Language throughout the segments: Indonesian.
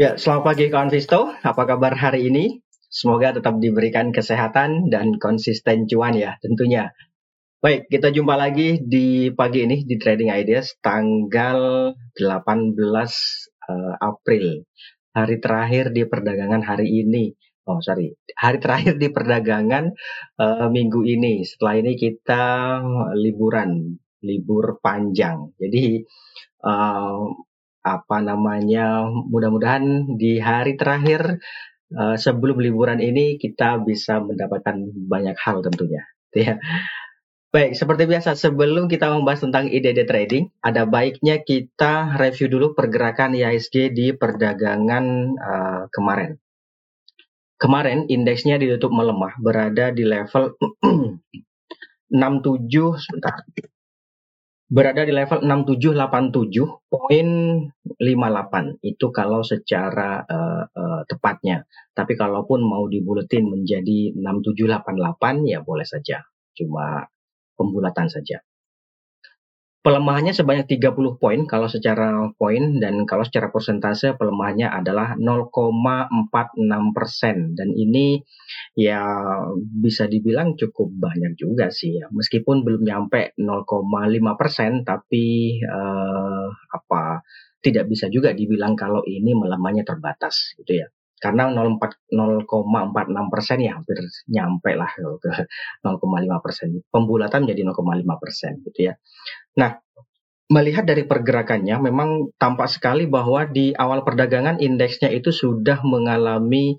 Ya, selamat pagi kawan Visto. Apa kabar hari ini? Semoga tetap diberikan kesehatan dan konsisten cuan ya tentunya. Baik, kita jumpa lagi di pagi ini di Trading Ideas tanggal 18 April. Hari terakhir di perdagangan hari ini. Oh, sorry. Hari terakhir di perdagangan minggu ini. Setelah ini kita libur panjang. Jadi uh, apa namanya, mudah-mudahan di hari terakhir sebelum liburan ini kita bisa mendapatkan banyak hal tentunya. Ya. Baik, seperti biasa sebelum kita membahas tentang ide-ide trading, ada baiknya kita review dulu pergerakan IHSG di perdagangan kemarin. Kemarin indeksnya ditutup melemah, berada di level 67, sebentar. Berada di level 6787.58 itu kalau secara tepatnya. Tapi kalaupun mau dibuletin menjadi 6788 ya boleh saja. Cuma pembulatan saja. Pelemahannya sebanyak 30 poin kalau secara poin, dan kalau secara persentase pelemahannya adalah 0,46%, dan ini ya bisa dibilang cukup banyak juga sih ya, meskipun belum nyampe 0,5%, tapi tidak bisa juga dibilang kalau ini melemahnya terbatas gitu ya, karena 0,46% ya hampir nyampe lah ke 0,5%. Pembulatan menjadi 0,5% gitu ya. Nah, melihat dari pergerakannya memang tampak sekali bahwa di awal perdagangan indeksnya itu sudah mengalami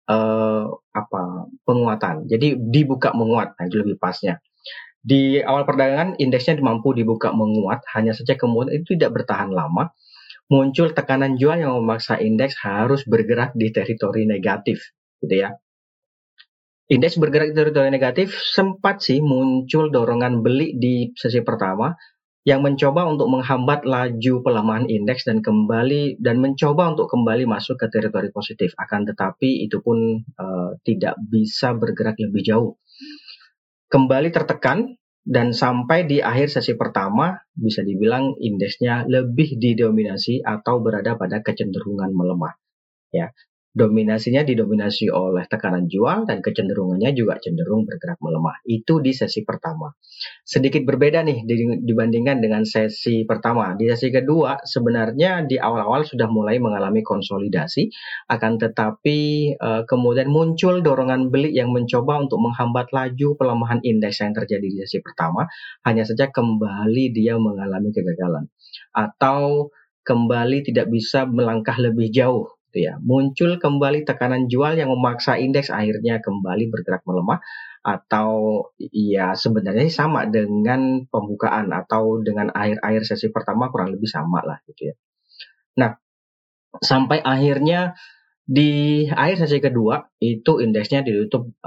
penguatan. Jadi dibuka menguat, nah itu lebih pasnya. Di awal perdagangan indeksnya mampu dibuka menguat, hanya saja kemudian itu tidak bertahan lama. Muncul tekanan jual yang memaksa indeks harus bergerak di teritori negatif, gitu ya. Indeks bergerak di teritori negatif, sempat sih muncul dorongan beli di sesi pertama yang mencoba untuk menghambat laju pelemahan indeks dan mencoba untuk kembali masuk ke teritori positif. Akan tetapi itu pun tidak bisa bergerak lebih jauh. Kembali tertekan dan sampai di akhir sesi pertama bisa dibilang indeksnya lebih didominasi atau berada pada kecenderungan melemah. Ya, dominasinya didominasi oleh tekanan jual dan kecenderungannya juga cenderung bergerak melemah. Itu di sesi pertama. Sedikit berbeda nih dibandingkan dengan sesi pertama. Di sesi kedua sebenarnya di awal-awal sudah mulai mengalami konsolidasi, akan tetapi kemudian muncul dorongan beli yang mencoba untuk menghambat laju pelemahan indeks yang terjadi di sesi pertama. Hanya saja kembali dia mengalami kegagalan atau kembali tidak bisa melangkah lebih jauh. Ya, muncul kembali tekanan jual yang memaksa indeks akhirnya kembali bergerak melemah, atau ya sebenarnya sama dengan pembukaan atau dengan akhir sesi pertama, kurang lebih sama lah gitu ya. Nah, sampai akhirnya di akhir sesi kedua itu indeksnya ditutup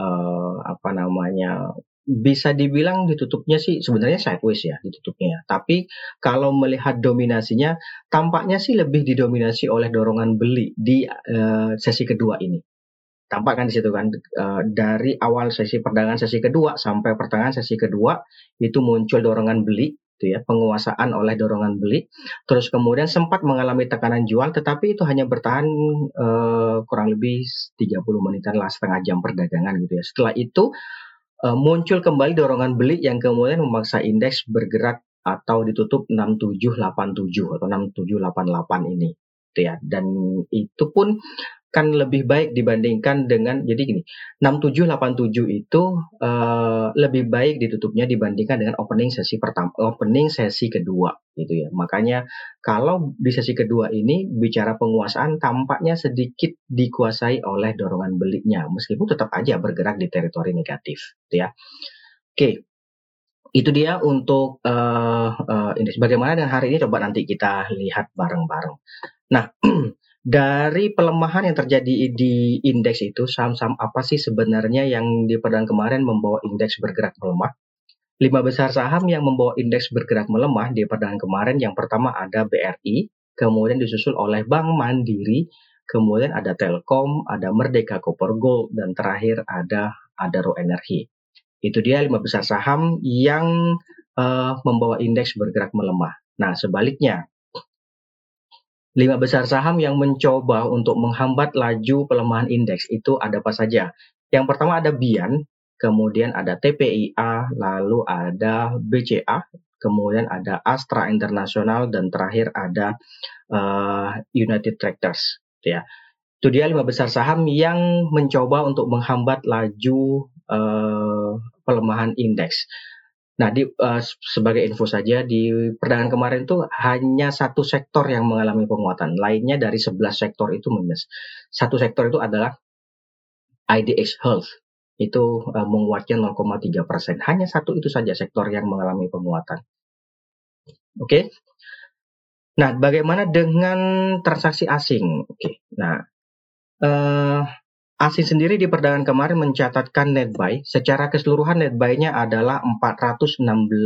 bisa dibilang ditutupnya sih sebenarnya sideways ya ditutupnya. Tapi kalau melihat dominasinya, tampaknya sih lebih didominasi oleh dorongan beli di sesi kedua ini. Tampak kan di situ kan, dari awal sesi perdagangan sesi kedua sampai pertengahan sesi kedua itu muncul dorongan beli, gitu ya, penguasaan oleh dorongan beli. Terus kemudian sempat mengalami tekanan jual, tetapi itu hanya bertahan kurang lebih 30 menitan lah, setengah jam perdagangan gitu ya. Setelah itu muncul kembali dorongan beli yang kemudian memaksa indeks bergerak atau ditutup 6787 atau 6788 ini, gitu ya. Dan itu pun kan lebih baik dibandingkan dengan, jadi gini, 6787 itu lebih baik ditutupnya dibandingkan dengan opening sesi kedua gitu ya. Makanya kalau di sesi kedua ini bicara penguasaan, tampaknya sedikit dikuasai oleh dorongan belinya, meskipun tetap aja bergerak di teritori negatif gitu ya. Oke, itu dia untuk indeks. Bagaimana dengan hari ini, coba nanti kita lihat bareng-bareng. Nah, dari pelemahan yang terjadi di indeks itu, saham-saham apa sih sebenarnya yang di perdagangan kemarin membawa indeks bergerak melemah? 5 besar saham yang membawa indeks bergerak melemah di perdagangan kemarin, yang pertama ada BRI, kemudian disusul oleh Bank Mandiri, kemudian ada Telkom, ada Merdeka Copper Gold, dan terakhir ada Adaro Energi. Itu dia 5 besar saham yang membawa indeks bergerak melemah. Nah, sebaliknya, 5 besar saham yang mencoba untuk menghambat laju pelemahan indeks itu ada apa saja? Yang pertama ada BIAN, kemudian ada TPIA, lalu ada BCA, kemudian ada Astra International, dan terakhir ada United Tractors. Ya. Itu dia 5 besar saham yang mencoba untuk menghambat laju pelemahan indeks. Nah, sebagai info saja, di perdagangan kemarin itu hanya satu sektor yang mengalami penguatan. Lainnya dari 11 sektor itu minus. Satu sektor itu adalah IDX Health. Itu menguatnya 0,3%. Hanya satu itu saja sektor yang mengalami penguatan. Oke. Nah, bagaimana dengan transaksi asing? Oke. Nah, asing sendiri di perdagangan kemarin mencatatkan net buy. Secara keseluruhan net buy-nya adalah 416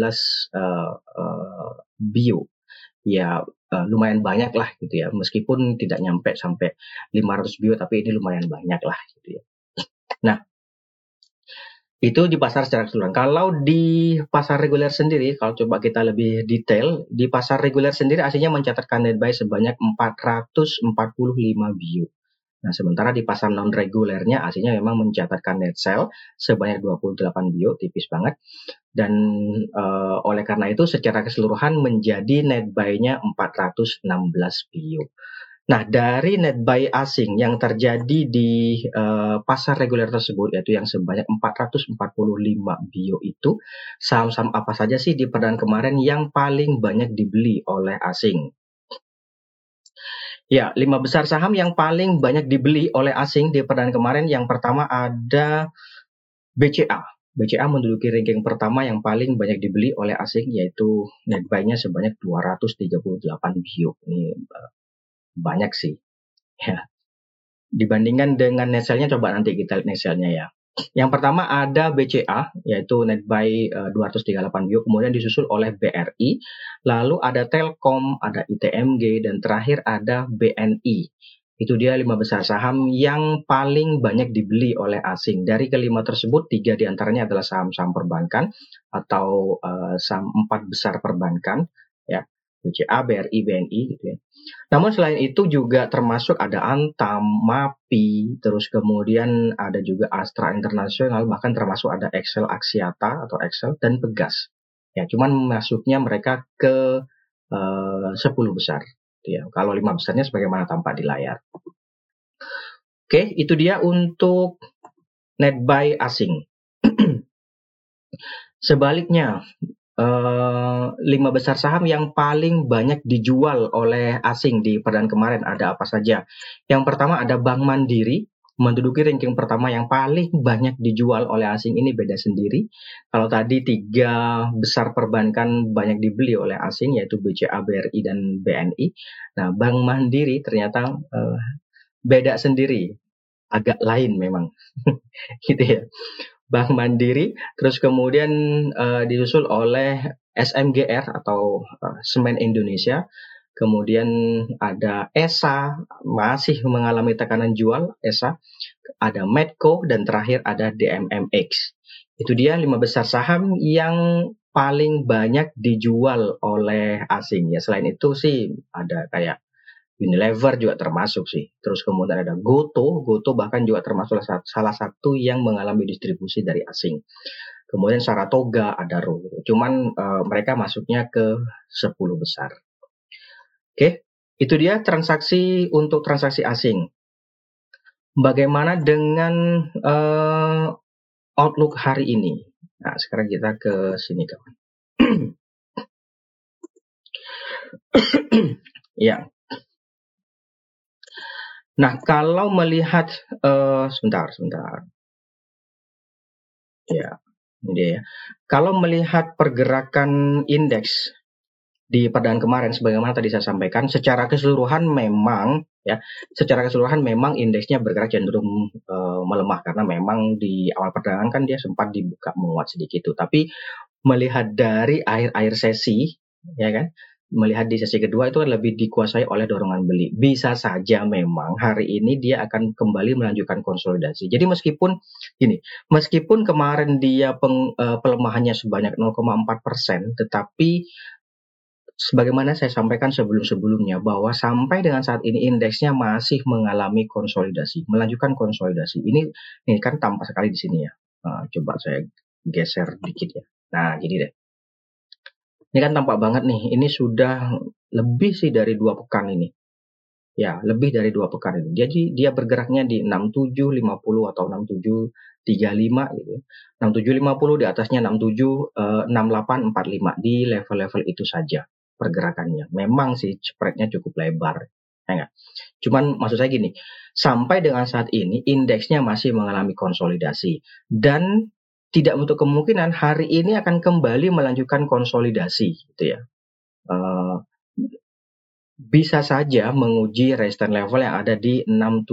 bio. Ya, lumayan banyak lah gitu ya. Meskipun tidak nyampe sampai 500 bio, tapi ini lumayan banyak lah gitu ya. Nah, itu di pasar secara keseluruhan. Kalau di pasar reguler sendiri, kalau coba kita lebih detail, di pasar reguler sendiri aslinya mencatatkan net buy sebanyak 445 bio. Nah, sementara di pasar non-regulernya aslinya memang mencatatkan net sell sebanyak 28 bio, tipis banget. Dan oleh karena itu secara keseluruhan menjadi net buy-nya 416 bio. Nah, dari net buy asing yang terjadi di pasar reguler tersebut, yaitu yang sebanyak 445 bio itu, saham-saham apa saja sih di perdagangan kemarin yang paling banyak dibeli oleh asing? Ya, 5 besar saham yang paling banyak dibeli oleh asing di perdagangan kemarin, yang pertama ada BCA. BCA menduduki ranking pertama yang paling banyak dibeli oleh asing, yaitu net buy-nya sebanyak 238 bio. Ini banyak sih. Ya. Dibandingkan dengan net sell-nya, coba nanti kita lihat net sell-nya ya. Yang pertama ada BCA, yaitu net buy 238 bio, kemudian disusul oleh BRI, lalu ada Telkom, ada ITMG, dan terakhir ada BNI. Itu dia 5 besar saham yang paling banyak dibeli oleh asing. Dari kelima tersebut, 3 diantaranya adalah saham-saham perbankan atau saham 4 besar perbankan, ya, BCA, BRI, BNI gitu ya. Namun selain itu juga termasuk ada Antam, MAPI, terus kemudian ada juga Astra International, bahkan termasuk ada Excel Axiata atau Excel dan Pegas. Ya, cuman masuknya mereka ke 10 besar. Ya, kalau 5 besarnya sebagaimana tampak di layar. Oke, itu dia untuk net buy asing. Sebaliknya, 5 besar saham yang paling banyak dijual oleh asing di perdagangan kemarin ada apa saja? Yang pertama ada Bank Mandiri, menduduki ranking pertama yang paling banyak dijual oleh asing. Ini beda sendiri. Kalau tadi 3 besar perbankan banyak dibeli oleh asing, yaitu BCA, BRI, dan BNI. Nah, Bank Mandiri ternyata beda sendiri, agak lain memang. Gitu ya. Bank Mandiri, terus kemudian disusul oleh SMGR atau Semen Indonesia, kemudian ada ESA, masih mengalami tekanan jual ESA, ada Medco, dan terakhir ada DMMX. Itu dia 5 besar saham yang paling banyak dijual oleh asing ya. Selain itu sih ada kayak Unilever juga termasuk sih. Terus kemudian ada Goto bahkan juga termasuk salah satu yang mengalami distribusi dari asing. Kemudian Saratoga, Adaro. Cuman mereka masuknya ke 10 besar. Oke, itu dia untuk transaksi asing. Bagaimana dengan outlook hari ini? Nah, sekarang kita ke sini kawan. Ya. Nah, kalau melihat sebentar. Ya, ini dia ya. Kalau melihat pergerakan indeks di perdagangan kemarin, sebagaimana tadi saya sampaikan, secara keseluruhan memang indeksnya bergerak cenderung melemah karena memang di awal perdagangan kan dia sempat dibuka menguat sedikit. Tapi melihat dari akhir sesi, ya kan, melihat di sesi kedua itu lebih dikuasai oleh dorongan beli. Bisa saja memang hari ini dia akan kembali melanjutkan konsolidasi. Jadi meskipun kemarin dia pelemahannya sebanyak 0,4%, tetapi sebagaimana saya sampaikan sebelum-sebelumnya bahwa sampai dengan saat ini indeksnya masih mengalami konsolidasi, melanjutkan konsolidasi. Ini kan tampak sekali di sini ya. Coba saya geser dikit ya. Nah, gini deh. Ini kan tampak banget nih, ini sudah lebih sih dari 2 pekan ini. Ya, lebih dari 2 pekan ini. Jadi dia bergeraknya di 6750 atau 6735 gitu ya. 6750 di atasnya 6845 di level-level itu saja pergerakannya. Memang sih spreadnya cukup lebar. Ya, cuman maksud saya gini, sampai dengan saat ini indeksnya masih mengalami konsolidasi dan tidak untuk kemungkinan hari ini akan kembali melanjutkan konsolidasi gitu ya. Bisa saja menguji resistance level yang ada di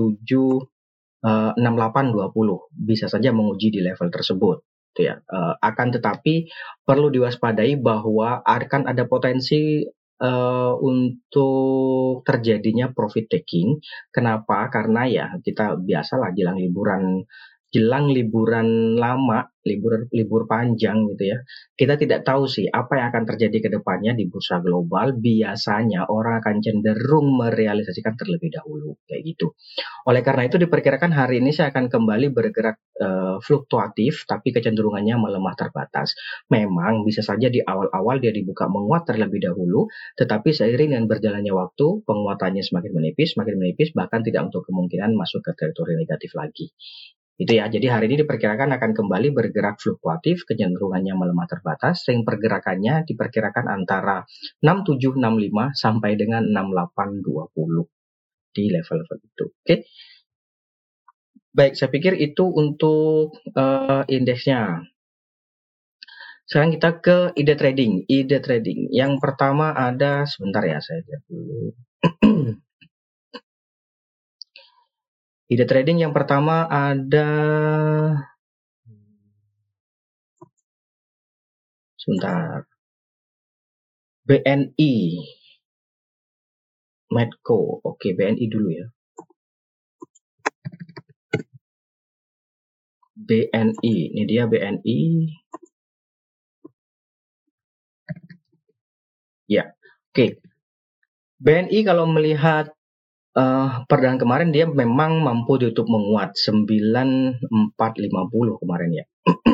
6820, bisa saja menguji di level tersebut gitu ya. Akan tetapi perlu diwaspadai bahwa akan ada potensi untuk terjadinya profit taking. Kenapa? Karena ya kita biasalah jelang liburan lama, libur panjang gitu ya. Kita tidak tahu sih apa yang akan terjadi ke depannya di bursa global. Biasanya orang akan cenderung merealisasikan terlebih dahulu kayak gitu. Oleh karena itu diperkirakan hari ini saya akan kembali bergerak fluktuatif tapi kecenderungannya melemah terbatas. Memang bisa saja di awal-awal dia dibuka menguat terlebih dahulu, tetapi seiring dengan berjalannya waktu penguatannya semakin menipis, bahkan tidak untuk kemungkinan masuk ke teritori negatif lagi. Itu ya, jadi hari ini diperkirakan akan kembali bergerak fluktuatif, kecenderungannya melemah terbatas, ring pergerakannya diperkirakan antara 6765 sampai dengan 6820 di level-level itu. Oke. Baik, saya pikir itu untuk indeksnya. Sekarang kita ke ide trading. Ide trading. Yang pertama ada, sebentar ya, saya lihat dulu. Ide trading yang pertama ada, sebentar, BNI, Medco. Oke, BNI dulu ya. BNI, ini dia BNI. Ya, oke. BNI kalau melihat perdana kemarin dia memang mampu ditutup menguat 9450 kemarin ya.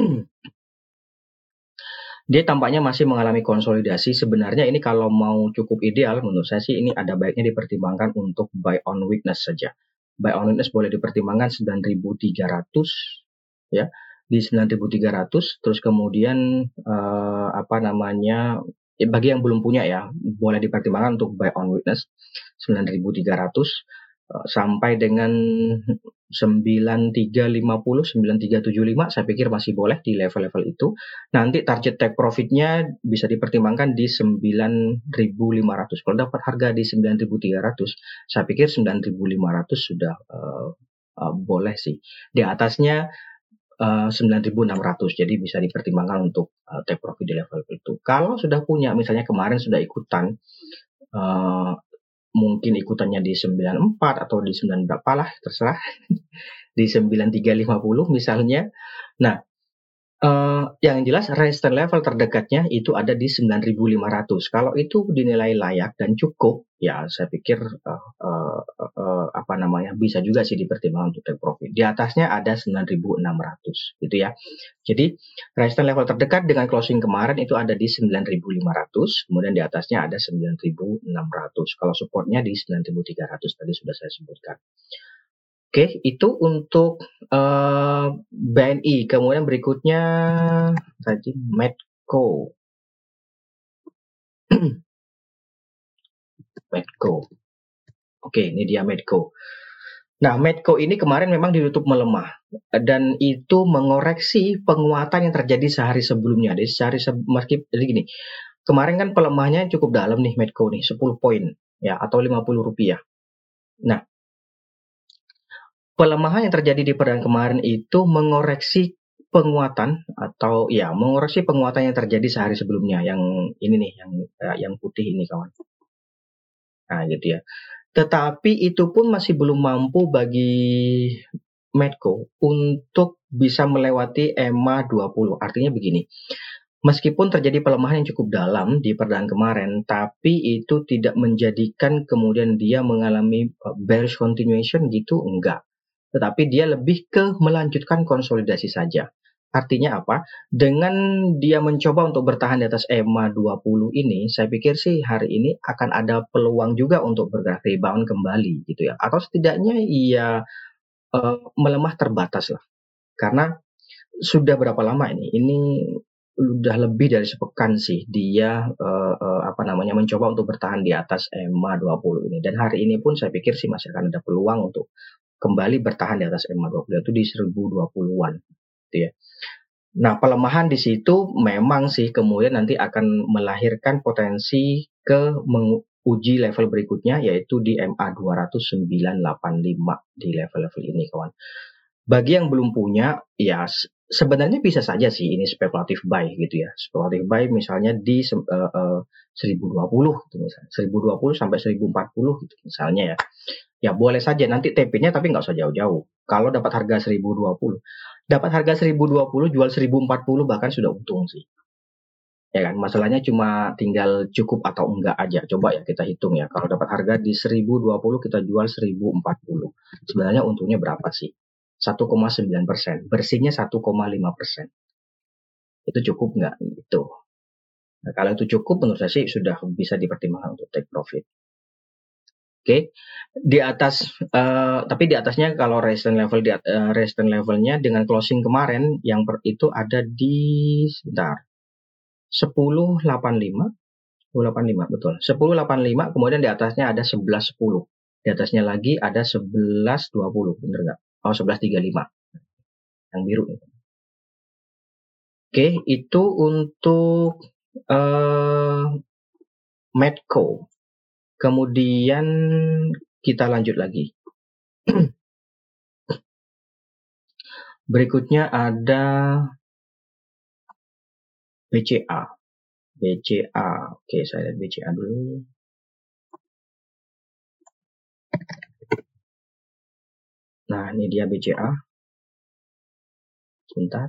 Dia tampaknya masih mengalami konsolidasi. Sebenarnya ini kalau mau cukup ideal menurut saya sih ini ada baiknya dipertimbangkan untuk buy on weakness saja. Buy on weakness boleh dipertimbangkan 9300 ya. Di 9300 terus kemudian bagi yang belum punya ya boleh dipertimbangkan untuk buy on weakness 9300 sampai dengan 9350, 9375 saya pikir masih boleh di level-level itu. Nanti target take profitnya bisa dipertimbangkan di 9500. Kalau dapat harga di 9300, saya pikir 9500 sudah boleh sih. Di atasnya 9600, jadi bisa dipertimbangkan untuk take profit di level itu. Kalau sudah punya, misalnya kemarin sudah ikutan, mungkin ikutannya di 94 atau di 9 berapa lah, terserah. Di 9350 misalnya. Nah, yang jelas resistance level terdekatnya itu ada di 9500. Kalau itu dinilai layak dan cukup, ya saya pikir bisa juga sih dipertimbangkan untuk take profit. Di atasnya ada 9600 gitu ya. Jadi resistance level terdekat dengan closing kemarin itu ada di 9500, kemudian di atasnya ada 9600. Kalau supportnya di 9300 tadi sudah saya sebutkan. Oke, itu untuk BNI. Kemudian berikutnya tadi Medco. Medco. Oke, ini dia Medco. Nah, Medco ini kemarin memang ditutup melemah dan itu mengoreksi penguatan yang terjadi sehari sebelumnya. Jadi gini, kemarin kan pelemahannya cukup dalam nih Medco nih, 10 poin ya atau Rp50. Nah, pelemahan yang terjadi di perdana kemarin itu mengoreksi penguatan yang terjadi sehari sebelumnya. Yang ini nih, yang putih ini kawan. Nah, gitu ya. Tetapi itu pun masih belum mampu bagi Medco untuk bisa melewati EMA 20. Artinya begini, Meskipun terjadi pelemahan yang cukup dalam di perdaan kemarin, tapi itu tidak menjadikan kemudian dia mengalami bearish continuation gitu, enggak. Tetapi dia lebih ke melanjutkan konsolidasi saja. Artinya apa? Dengan dia mencoba untuk bertahan di atas EMA 20 ini, saya pikir sih hari ini akan ada peluang juga untuk bergerak rebound kembali gitu ya. Atau setidaknya ia melemah terbatas lah. Karena sudah berapa lama ini? Ini udah lebih dari sepekan sih dia mencoba untuk bertahan di atas EMA 20 ini. Dan hari ini pun saya pikir sih masih akan ada peluang untuk kembali bertahan di atas EMA 20 itu di 1020-an gitu ya. Nah, pelemahan di situ memang sih kemudian nanti akan melahirkan potensi ke menguji level berikutnya yaitu di MA 20985 di level-level ini kawan. Bagi yang belum punya, ya sebenarnya bisa saja sih ini spekulatif buy gitu ya. Spekulatif buy misalnya di 1020 gitu misalnya. 1020 sampai 1040 gitu misalnya ya. Ya boleh saja nanti TP-nya tapi nggak usah jauh-jauh. Kalau dapat harga 1020, dapat harga 1020 jual 1040 bahkan sudah untung sih. Ya kan, masalahnya cuma tinggal cukup atau enggak aja. Coba ya kita hitung ya. Kalau dapat harga di 1020 kita jual 1040. Sebenarnya untungnya berapa sih? 1,9%, bersihnya 1,5%. Itu cukup nggak? Gitu. Nah, kalau itu cukup, menurut saya sih sudah bisa dipertimbangkan untuk take profit. Oke, di atas, tapi di atasnya kalau resistance levelnya dengan closing kemarin yang itu ada di sebentar 1085, 1085 betul, 1085 kemudian di atasnya ada 1110, di atasnya lagi ada 1120, bener nggak? Oh 1135, yang biru itu. Oke, itu untuk Medco. Kemudian kita lanjut lagi. Berikutnya ada BCA. BCA. Oke, saya lihat BCA dulu. Nah, ini dia BCA. Sebentar.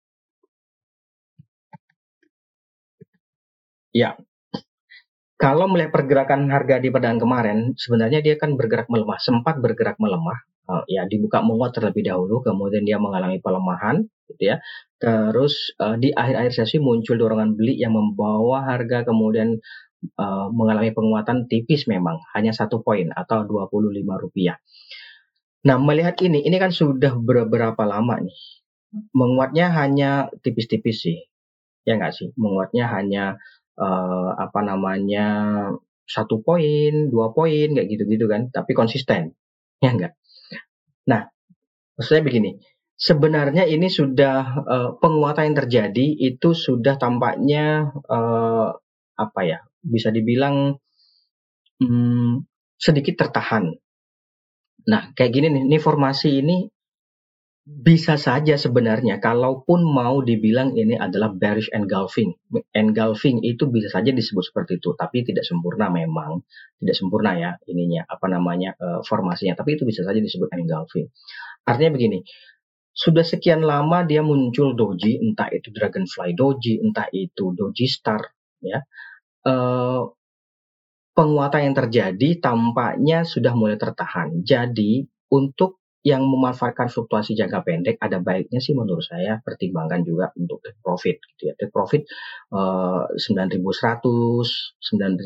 Ya. Kalau melihat pergerakan harga di perdaan kemarin, sebenarnya dia kan bergerak melemah, sempat bergerak melemah. Ya, dibuka menguat terlebih dahulu, kemudian dia mengalami pelemahan, gitu ya. Terus di akhir-akhir sesi muncul dorongan beli yang membawa harga kemudian mengalami penguatan tipis memang, hanya 1 poin atau Rp25. Nah, melihat ini kan sudah beberapa lama nih. Menguatnya hanya tipis-tipis sih, ya nggak sih? Menguatnya hanya 1 poin, 2 poin, kayak gitu-gitu kan, tapi konsisten, ya nggak? Nah, maksudnya begini, sebenarnya ini sudah penguatan yang terjadi itu sudah tampaknya bisa dibilang sedikit tertahan. Nah, kayak gini nih, ini formasi ini bisa saja sebenarnya, kalaupun mau dibilang ini adalah bearish engulfing. Engulfing itu bisa saja disebut seperti itu, tapi tidak sempurna memang. Tidak sempurna ya ininya, formasinya. Tapi itu bisa saja disebut engulfing. Artinya begini, sudah sekian lama dia muncul doji, entah itu Dragonfly Doji, entah itu Doji Star, ya. Penguatan yang terjadi tampaknya sudah mulai tertahan. Jadi, untuk yang memanfaatkan fluktuasi jangka pendek, ada baiknya sih menurut saya pertimbangkan juga untuk take profit gitu ya. Take profit 9.100,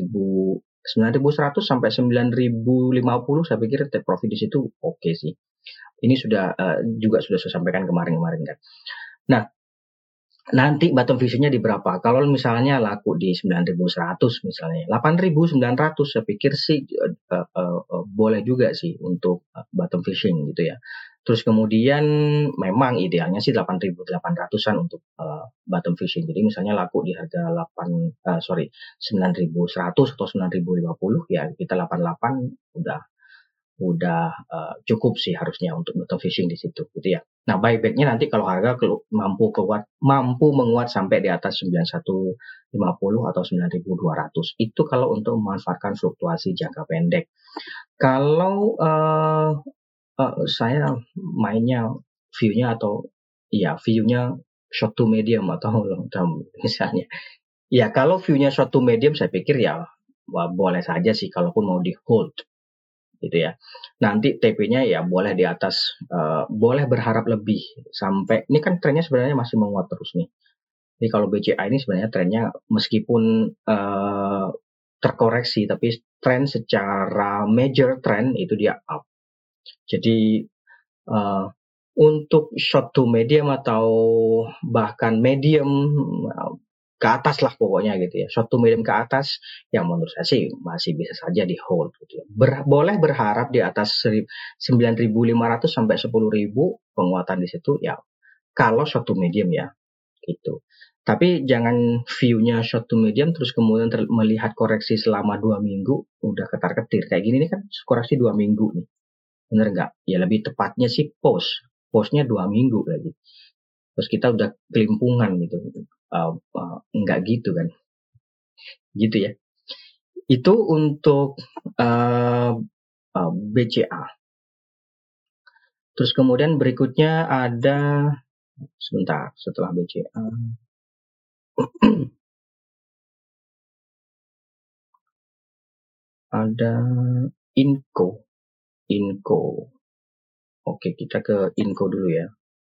9.100 sampai 9.050 saya pikir take profit di situ oke sih. Ini sudah juga sudah saya sampaikan kemarin kan. Nah, nanti bottom vision-nya di berapa? Kalau misalnya laku di 9.100 misalnya, 8.900 saya pikir sih boleh juga sih untuk bottom fishing gitu ya. Terus kemudian memang idealnya sih 8.800-an untuk bottom fishing. Jadi misalnya laku di harga 9.100 atau 9.050 ya kita 88 udah cukup sih harusnya untuk bottom fishing di situ gitu ya. Nah, buybacknya nanti kalau harga mampu menguat sampai di atas 9150 atau 9200. Itu kalau untuk memanfaatkan fluktuasi jangka pendek. Kalau saya mainnya view-nya short to medium atau long term misalnya. Ya kalau view-nya short to medium saya pikir ya boleh saja sih kalaupun mau di hold gitu ya. Nanti TP-nya ya boleh di atas, boleh berharap lebih sampai ini kan trennya sebenarnya masih menguat terus nih. Jadi kalau BCA ini sebenarnya trennya meskipun terkoreksi tapi tren secara major trend itu dia up. Jadi untuk short to medium atau bahkan medium ke atas lah pokoknya gitu ya. Short to medium ke atas yang menurut saya sih masih bisa saja di hold gitu ya. Boleh berharap di atas 9.500 sampai 10.000 penguatan di situ ya kalau short to medium ya gitu. Tapi jangan view-nya short to medium terus kemudian melihat koreksi selama 2 minggu udah ketar-ketir. Kayak gini nih kan koreksi 2 minggu nih. Bener nggak? Ya lebih tepatnya sih postnya 2 minggu lagi. Terus kita udah kelimpungan gitu. Nggak gitu kan. Gitu ya. Itu untuk BCA. Terus kemudian berikutnya ada sebentar setelah BCA ada Inco. Oke, kita ke Inco dulu ya.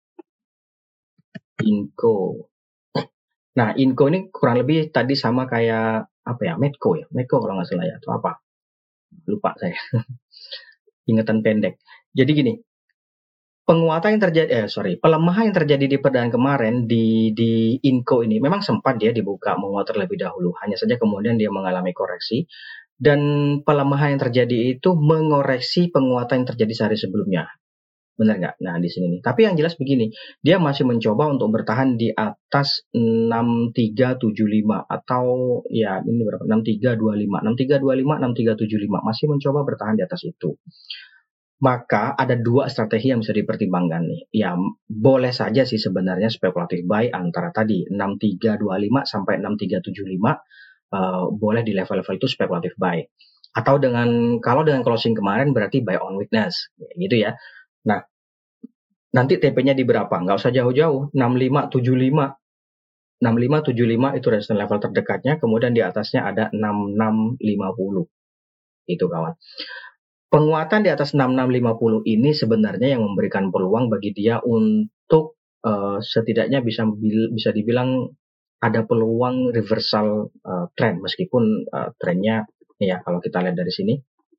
Inco. Nah, Inco ini kurang lebih tadi sama kayak apa ya? Medco ya. Medco kalau nggak salah ya. Atau apa? Lupa saya. Ingatan pendek. Jadi gini, pelemahan yang terjadi di perdaan kemarin di Inco ini memang sempat dia dibuka menguat terlebih dahulu. Hanya saja kemudian dia mengalami koreksi dan pelemahan yang terjadi itu mengoreksi penguatan yang terjadi sehari sebelumnya. Benar nggak? Nah, di sini nih. Tapi yang jelas begini, dia masih mencoba untuk bertahan di atas 6375 atau ya ini berapa? 6325, 6325, 6375 masih mencoba bertahan di atas itu. Maka ada dua strategi yang bisa dipertimbangkan nih. Ya, boleh saja sih sebenarnya spekulatif buy antara tadi 6325 sampai 6375 boleh di level-level itu spekulatif buy. Atau kalau dengan closing kemarin berarti buy on weakness gitu ya. Nah, nanti TP-nya di berapa? Nggak usah jauh-jauh, 6575. 6575 itu resistance level terdekatnya, kemudian di atasnya ada 6650. Itu kawan. Penguatan di atas 6650 ini sebenarnya yang memberikan peluang bagi dia untuk setidaknya bisa dibilang ada peluang reversal trend meskipun trennya ya kalau kita lihat dari sini.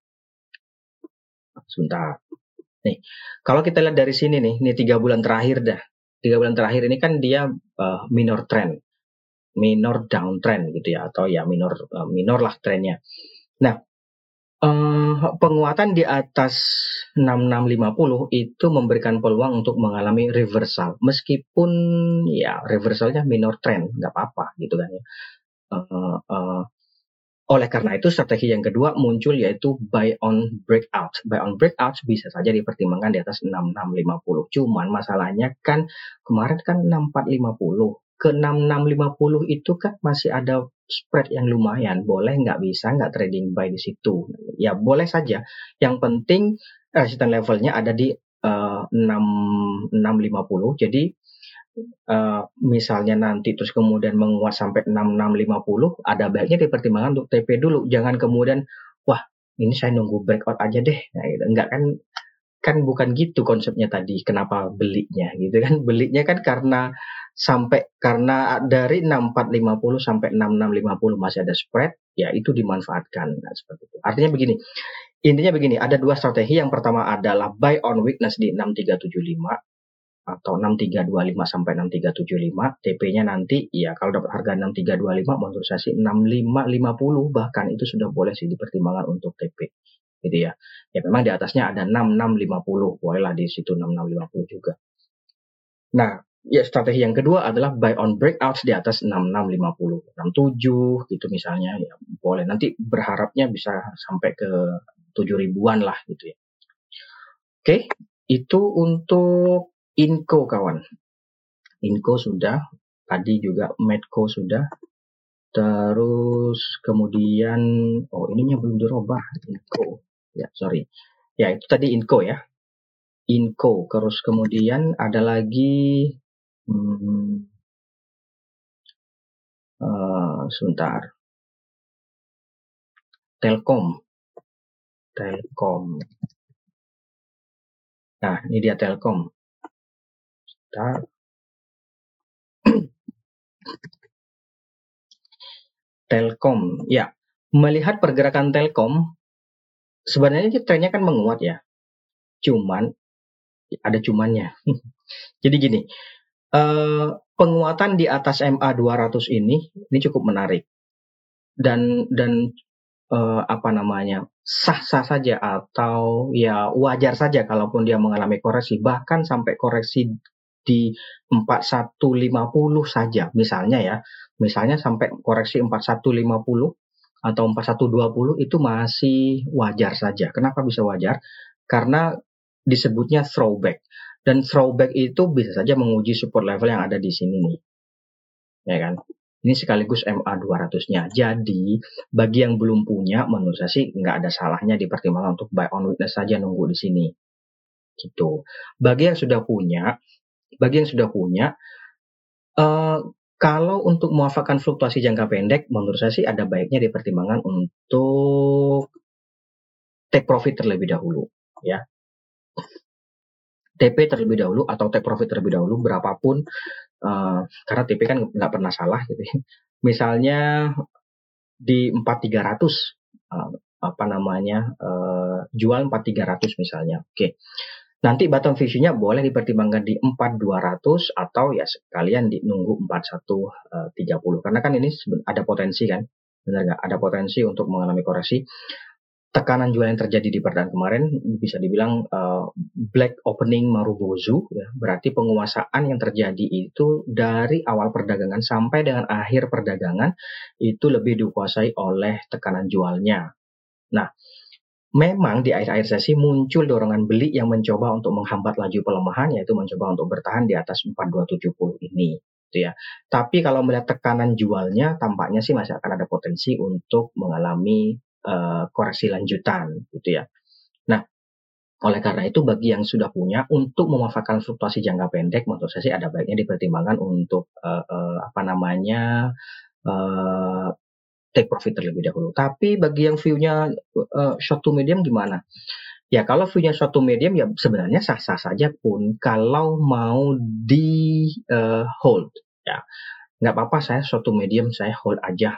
Sebentar. Nih, kalau kita lihat dari sini nih, ini 3 bulan terakhir dah. 3 bulan terakhir ini kan dia minor trend, minor downtrend gitu ya, atau ya minor lah trennya. Nah, penguatan di atas 6650 itu memberikan peluang untuk mengalami reversal, meskipun ya reversalnya minor trend, nggak apa-apa gitu kan ya. Oleh karena itu strategi yang kedua muncul yaitu buy on breakout. Buy on breakout bisa saja dipertimbangkan di atas 6650. Cuman masalahnya kan kemarin kan 6450. Ke 6650 itu kan masih ada spread yang lumayan. Boleh nggak trading buy di situ. Ya boleh saja. Yang penting resistance levelnya ada di 6650. Jadi misalnya nanti terus kemudian menguat sampai 6650, ada baiknya dipertimbangkan untuk TP dulu. Jangan kemudian, wah ini saya nunggu breakout aja deh. Nah, gitu. Enggak kan bukan gitu konsepnya tadi. Kenapa belinya gitu kan? Belinya kan karena dari 6450 sampai 6650 masih ada spread, ya itu dimanfaatkan. Nah, seperti itu. Intinya begini, ada dua strategi. Yang pertama adalah buy on weakness di 6375 atau 6325 sampai 6375, TP-nya nanti ya kalau dapat harga 6325 menurut saya sih 6550 bahkan itu sudah boleh sih dipertimbangkan untuk TP gitu ya. Ya memang di atasnya ada 6650, bolehlah di situ 6650 juga. Nah, ya strategi yang kedua adalah buy on breakout di atas 6650, 67 gitu misalnya ya boleh. Nanti berharapnya bisa sampai ke 7.000-an lah gitu ya. Oke, itu untuk Inco kawan. Inco sudah, tadi juga Medco sudah. Terus kemudian ininya belum dirubah Inco. Ya, sorry. Ya, itu tadi Inco ya. Inco. Terus kemudian ada lagi Sebentar. Telkom. Nah, ini dia Telkom. Sebentar. Telkom, ya. Melihat pergerakan Telkom, sebenarnya trennya kan menguat ya. Cuman, ada cumannya. Jadi gini, penguatan di atas MA 200 ini cukup menarik. Dan sah-sah saja atau ya wajar saja kalaupun dia mengalami koreksi, bahkan sampai koreksi di 4150 saja misalnya sampai koreksi 4150 atau 4120 itu masih wajar saja. Kenapa bisa wajar? Karena disebutnya throwback, dan throwback itu bisa saja menguji support level yang ada di sini nih, ya kan? Ini sekaligus MA 200-nya. Jadi, bagi yang belum punya, menurut saya sih nggak ada salahnya dipertimbangkan untuk buy on weakness saja, nunggu di sini. Gitu. Bagi yang sudah punya, kalau untuk memanfaatkan fluktuasi jangka pendek, menurut saya sih ada baiknya dipertimbangkan untuk take profit terlebih dahulu, ya. TP terlebih dahulu atau take profit terlebih dahulu berapapun, karena TP kan nggak pernah salah gitu ya. Misalnya di 4300 jual 4300 misalnya. Oke. Nanti bottom vision-nya boleh dipertimbangkan di 4200 atau ya sekalian di nunggu 4130 karena kan ini ada potensi kan. Benar nggak? Ada potensi untuk mengalami koreksi. Tekanan jual yang terjadi di perdaan kemarin bisa dibilang black opening Marubozu, ya. Berarti penguasaan yang terjadi itu dari awal perdagangan sampai dengan akhir perdagangan itu lebih dikuasai oleh tekanan jualnya. Nah, memang di akhir-akhir sesi muncul dorongan beli yang mencoba untuk menghambat laju pelemahan, yaitu mencoba untuk bertahan di atas 4270 ini. Gitu ya. Tapi kalau melihat tekanan jualnya, tampaknya sih masih akan ada potensi untuk mengalami koreksi lanjutan, gitu ya. Nah, oleh karena itu bagi yang sudah punya untuk memanfaatkan fluktuasi jangka pendek, menurut saya sih ada baiknya dipertimbangkan untuk take profit terlebih dahulu. Tapi bagi yang view-nya short to medium gimana? Ya kalau view-nya short to medium ya sebenarnya sah-sah saja pun kalau mau di hold, ya nggak apa-apa, saya short to medium saya hold aja,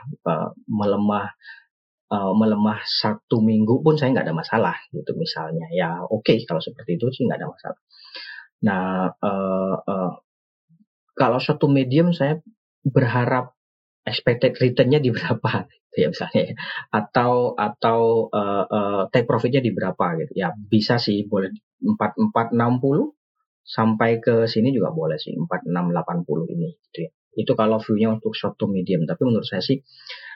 melemah 1 minggu pun saya nggak ada masalah gitu misalnya, ya oke, kalau seperti itu sih nggak ada masalah. Nah, kalau short to medium saya berharap expected return-nya di berapa gitu ya misalnya, atau take profit-nya di berapa gitu ya, bisa sih, boleh 4460 sampai ke sini juga boleh sih, 4680 ini gitu ya. Itu kalau view-nya untuk short to medium, tapi menurut saya sih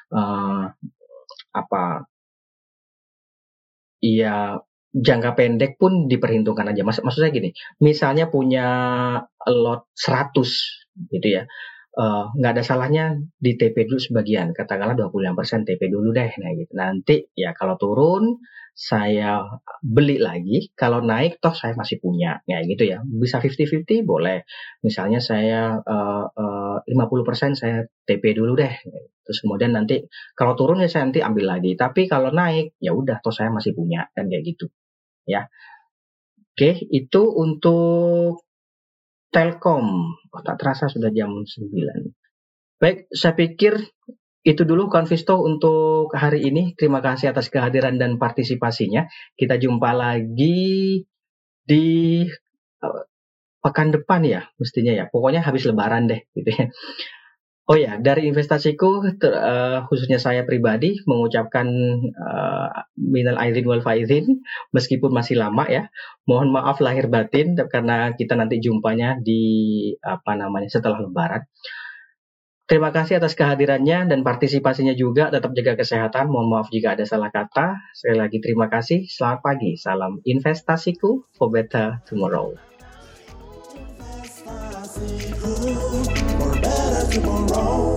ya jangka pendek pun diperhitungkan aja. Maksud saya gini, misalnya punya lot 100 gitu ya, nggak ada salahnya di TP dulu sebagian, katakanlah 25% TP dulu deh. Nah gitu. Nanti ya kalau turun saya beli lagi, kalau naik toh saya masih punya, ya gitu ya. Bisa 50-50 boleh. Misalnya saya 50% saya TP dulu deh. Terus kemudian nanti kalau turun ya saya nanti ambil lagi. Tapi kalau naik ya udah toh saya masih punya, kan kayak gitu. Ya. Oke, itu untuk Telkom. Tak terasa sudah jam 9. Baik, saya pikir itu dulu Konvisto untuk hari ini. Terima kasih atas kehadiran dan partisipasinya. Kita jumpa lagi di pekan depan ya, mestinya ya. Pokoknya habis lebaran deh gitu ya. Oh ya, dari investasiku, khususnya saya pribadi mengucapkan minal aidin wal faizin, meskipun masih lama ya. Mohon maaf lahir batin karena kita nanti jumpanya di setelah lebaran. Terima kasih atas kehadirannya dan partisipasinya juga. Tetap jaga kesehatan. Mohon maaf jika ada salah kata. Sekali lagi terima kasih. Selamat pagi. Salam investasiku for better tomorrow. Tomorrow.